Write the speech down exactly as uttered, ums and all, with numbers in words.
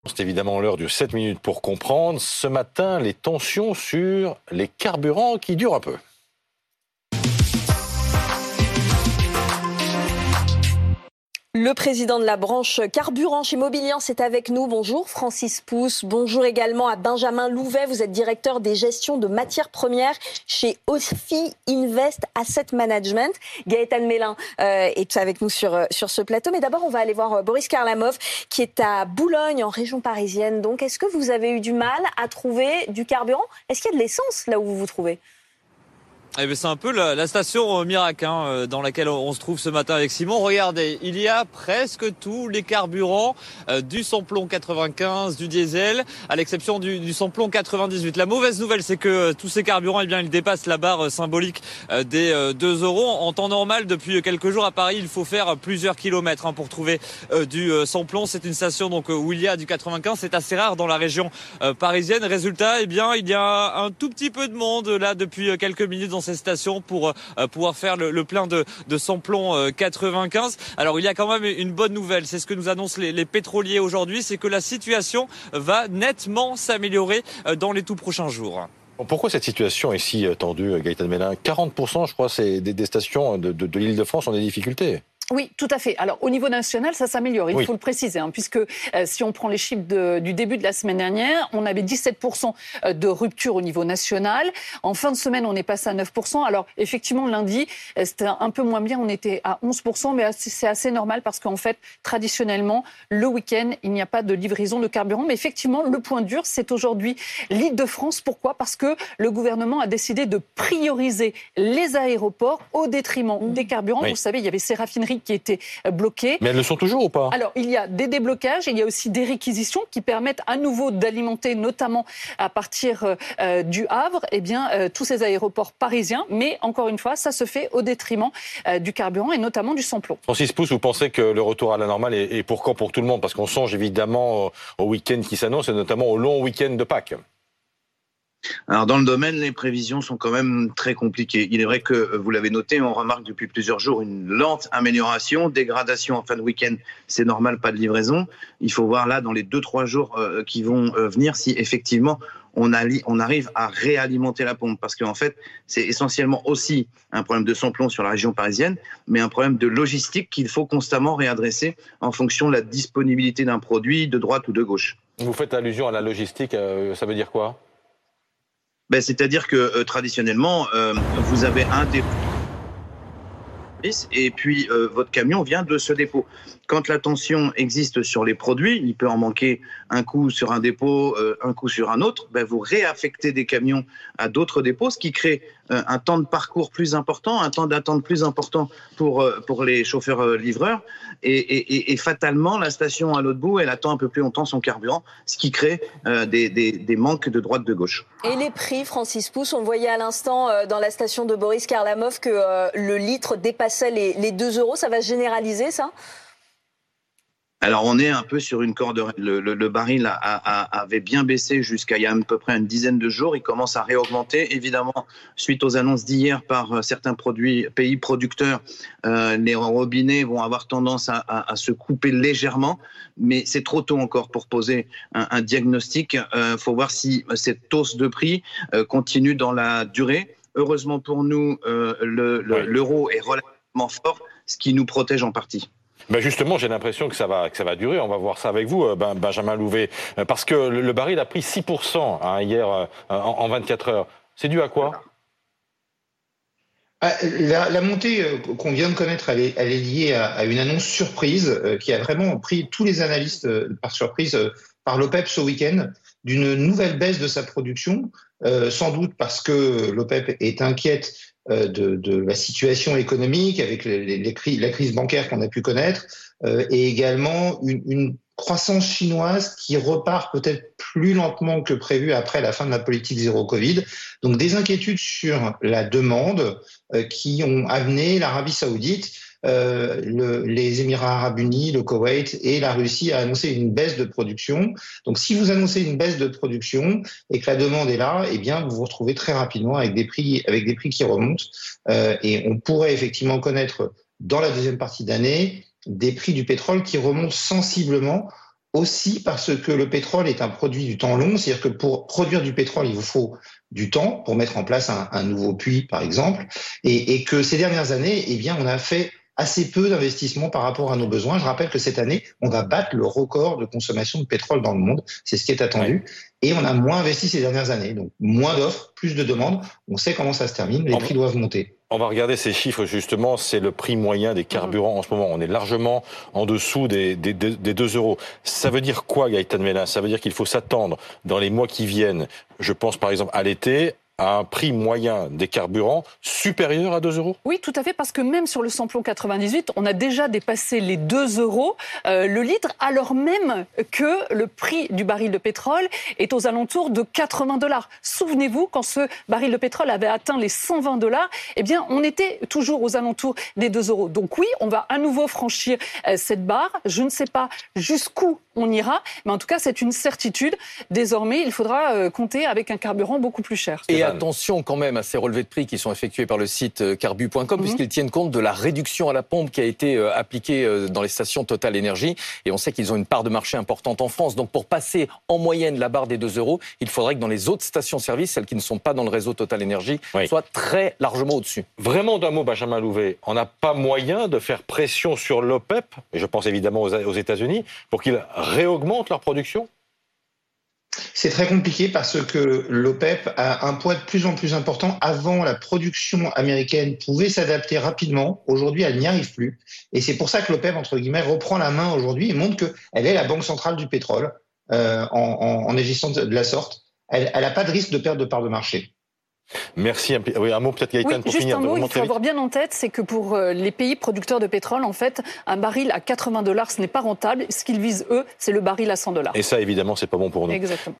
C'est évidemment l'heure de sept minutes pour comprendre. Ce matin, les tensions sur les carburants qui durent un peu. Le président de la branche carburant chez Mobiliance est avec nous. Bonjour Francis Pousse. Bonjour également à Benjamin Louvet. Vous êtes directeur des gestions de matières premières chez Ophi Invest Asset Management. Gaëtan Mélin euh, est avec nous sur, sur ce plateau. Mais d'abord, on va aller voir Boris Karlamov qui est à Boulogne, en région parisienne. Donc, est-ce que vous avez eu du mal à trouver du carburant? Est-ce qu'il y a de l'essence là où vous vous trouvez? Eh bien, c'est un peu la, la station euh, miracle hein, dans laquelle on, on se trouve ce matin avec Simon. Regardez, il y a presque tous les carburants, euh, du samplon quatre-vingt-quinze, du diesel, à l'exception du, du samplon quatre-vingt-dix-huit. La mauvaise nouvelle, c'est que euh, tous ces carburants, eh bien, ils dépassent la barre euh, symbolique euh, des euh, deux euros. En temps normal, depuis quelques jours à Paris, il faut faire plusieurs kilomètres hein, pour trouver euh, du euh, samplon. C'est une station donc où il y a du quatre-vingt-quinze. C'est assez rare dans la région euh, parisienne. Résultat, eh bien, il y a un tout petit peu de monde là depuis quelques minutes dans ces stations pour euh, pouvoir faire le, le plein de, de samplon euh, quatre-vingt-quinze. Alors il y a quand même une bonne nouvelle, c'est ce que nous annoncent les, les pétroliers aujourd'hui, c'est que la situation va nettement s'améliorer euh, dans les tout prochains jours. Pourquoi cette situation est si tendue, Gaëtan Mélin? quarante pour cent, je crois, c'est des, des stations de, de, de l'Île-de-France ont des difficultés. Oui, tout à fait. Alors, au niveau national, ça s'améliore, il oui. faut le préciser, hein, puisque euh, si on prend les chiffres de, du début de la semaine dernière, on avait dix-sept pour cent de rupture au niveau national. En fin de semaine, on est passé à neuf pour cent. Alors, effectivement, lundi, c'était un peu moins bien, on était à onze pour cent, mais c'est assez normal parce qu'en fait, traditionnellement, le week-end, il n'y a pas de livraison de carburant. Mais effectivement, le point dur, c'est aujourd'hui l'Île-de-France. Pourquoi? Parce que le gouvernement a décidé de prioriser les aéroports au détriment mmh. des carburants. Oui. Vous savez, il y avait ces raffineries qui étaient bloquées. Mais elles le sont toujours ou pas? Alors, il y a des déblocages et il y a aussi des réquisitions qui permettent à nouveau d'alimenter, notamment à partir euh, du Havre, eh bien, euh, tous ces aéroports parisiens. Mais encore une fois, ça se fait au détriment euh, du carburant et notamment du samplon. Francis Pousse, vous pensez que le retour à la normale est, est pour quand pour tout le monde? Parce qu'on songe évidemment au, au week-end qui s'annonce et notamment au long week-end de Pâques. Alors dans le domaine, les prévisions sont quand même très compliquées. Il est vrai que, vous l'avez noté, on remarque depuis plusieurs jours une lente amélioration, dégradation en fin de week-end, c'est normal, pas de livraison. Il faut voir là, dans les deux trois jours euh, qui vont euh, venir, si effectivement on, allie, on arrive à réalimenter la pompe. Parce qu'en fait, c'est essentiellement aussi un problème de samplon sur la région parisienne, mais un problème de logistique qu'il faut constamment réadresser en fonction de la disponibilité d'un produit de droite ou de gauche. Vous faites allusion à la logistique, euh, ça veut dire quoi? Ben, c'est-à-dire que euh, traditionnellement, euh, vous avez un dépôt et puis euh, votre camion vient de ce dépôt. Quand la tension existe sur les produits, il peut en manquer un coup sur un dépôt, euh, un coup sur un autre, ben, vous réaffectez des camions à d'autres dépôts, ce qui crée euh, un temps de parcours plus important, un temps d'attente plus important pour, euh, pour les chauffeurs euh, livreurs. Et, et, et fatalement, la station à l'autre bout, elle attend un peu plus longtemps son carburant, ce qui crée euh, des, des, des manques de droite de gauche. Et les prix, Francis Pousse, on voyait à l'instant euh, dans la station de Boris Karlamov que euh, le litre dépassait les, les deux euros. Ça va se généraliser, ça? Alors on est un peu sur une corde. Le, le, le baril a, a, avait bien baissé jusqu'à il y a à peu près une dizaine de jours. Il commence à réaugmenter. Évidemment, suite aux annonces d'hier par certains produits, pays producteurs, euh, les robinets vont avoir tendance à, à, à se couper légèrement. Mais c'est trop tôt encore pour poser un, un diagnostic. Il euh, faut voir si cette hausse de prix euh, continue dans la durée. Heureusement pour nous, euh, le, le, oui. l'euro est relativement fort, ce qui nous protège en partie. Ben justement, j'ai l'impression que ça va que ça va durer. On va voir ça avec vous, ben, Benjamin Louvet, parce que le, le baril a pris six pour cent hein, hier en, en vingt-quatre heures. C'est dû à quoi? La, la montée qu'on vient de connaître, elle est, elle est liée à, à une annonce surprise qui a vraiment pris tous les analystes par surprise par l'OPEP ce week-end, d'une nouvelle baisse de sa production, euh, sans doute parce que l'OPEP est inquiète de, de la situation économique avec les, les, les cri- la crise bancaire qu'on a pu connaître euh, et également une, une croissance chinoise qui repart peut-être plus lentement que prévu après la fin de la politique zéro Covid. Donc des inquiétudes sur la demande euh, qui ont amené l'Arabie Saoudite, euh, le, les Émirats Arabes Unis, le Koweït et la Russie à annoncer une baisse de production. Donc si vous annoncez une baisse de production et que la demande est là, eh bien vous vous retrouvez très rapidement avec des prix, avec des prix qui remontent euh, et on pourrait effectivement connaître dans la deuxième partie d'année des prix du pétrole qui remontent sensiblement aussi parce que le pétrole est un produit du temps long, c'est-à-dire que pour produire du pétrole, il vous faut du temps pour mettre en place un, un nouveau puits, par exemple, et, et que ces dernières années, eh bien, on a fait assez peu d'investissements par rapport à nos besoins. Je rappelle que cette année, on va battre le record de consommation de pétrole dans le monde. C'est ce qui est attendu. Ouais. Et on a moins investi ces dernières années. Donc, moins d'offres, plus de demandes. On sait comment ça se termine. Les on prix va, doivent monter. On va regarder ces chiffres, justement. C'est le prix moyen des carburants mmh. en ce moment. On est largement en dessous des, des, des deux euros. Ça veut dire quoi, Gaëtan Mella? Ça veut dire qu'il faut s'attendre dans les mois qui viennent, je pense par exemple à l'été, à un prix moyen des carburants supérieur à deux euros? Oui, tout à fait, parce que même sur le samplon quatre-vingt-dix-huit, on a déjà dépassé les deux euros euh, le litre, alors même que le prix du baril de pétrole est aux alentours de quatre-vingts dollars. Souvenez-vous, quand ce baril de pétrole avait atteint les cent vingt dollars, eh bien, on était toujours aux alentours des deux euros. Donc oui, on va à nouveau franchir euh, cette barre. Je ne sais pas jusqu'où on ira, mais en tout cas, c'est une certitude. Désormais, il faudra euh, compter avec un carburant beaucoup plus cher. Et attention quand même à ces relevés de prix qui sont effectués par le site carbu point com, mmh. puisqu'ils tiennent compte de la réduction à la pompe qui a été euh, appliquée euh, dans les stations Total Énergie. Et on sait qu'ils ont une part de marché importante en France. Donc pour passer en moyenne la barre des deux euros, il faudrait que dans les autres stations-service, celles qui ne sont pas dans le réseau Total Énergie, oui. soient très largement au-dessus. Vraiment d'un mot, Benjamin Louvet, on n'a pas moyen de faire pression sur l'OPEP, et je pense évidemment aux, aux États-Unis, pour qu'ils réaugmentent leur production? C'est très compliqué parce que l'OPEP a un poids de plus en plus important. Avant, la production américaine pouvait s'adapter rapidement. Aujourd'hui, elle n'y arrive plus. Et c'est pour ça que l'OPEP, entre guillemets, reprend la main aujourd'hui et montre qu'elle est la banque centrale du pétrole euh, en, en, en agissant de la sorte. Elle n'a pas de risque de perte de part de marché. Merci. Oui, un mot peut-être, Gaëtan, oui, pour juste finir. Un mot, il faut avoir bien en tête, c'est que pour les pays producteurs de pétrole, en fait, un baril à quatre-vingts dollars, ce n'est pas rentable. Ce qu'ils visent, eux, c'est le baril à cent dollars. Et ça, évidemment, c'est pas bon pour nous. Exactement.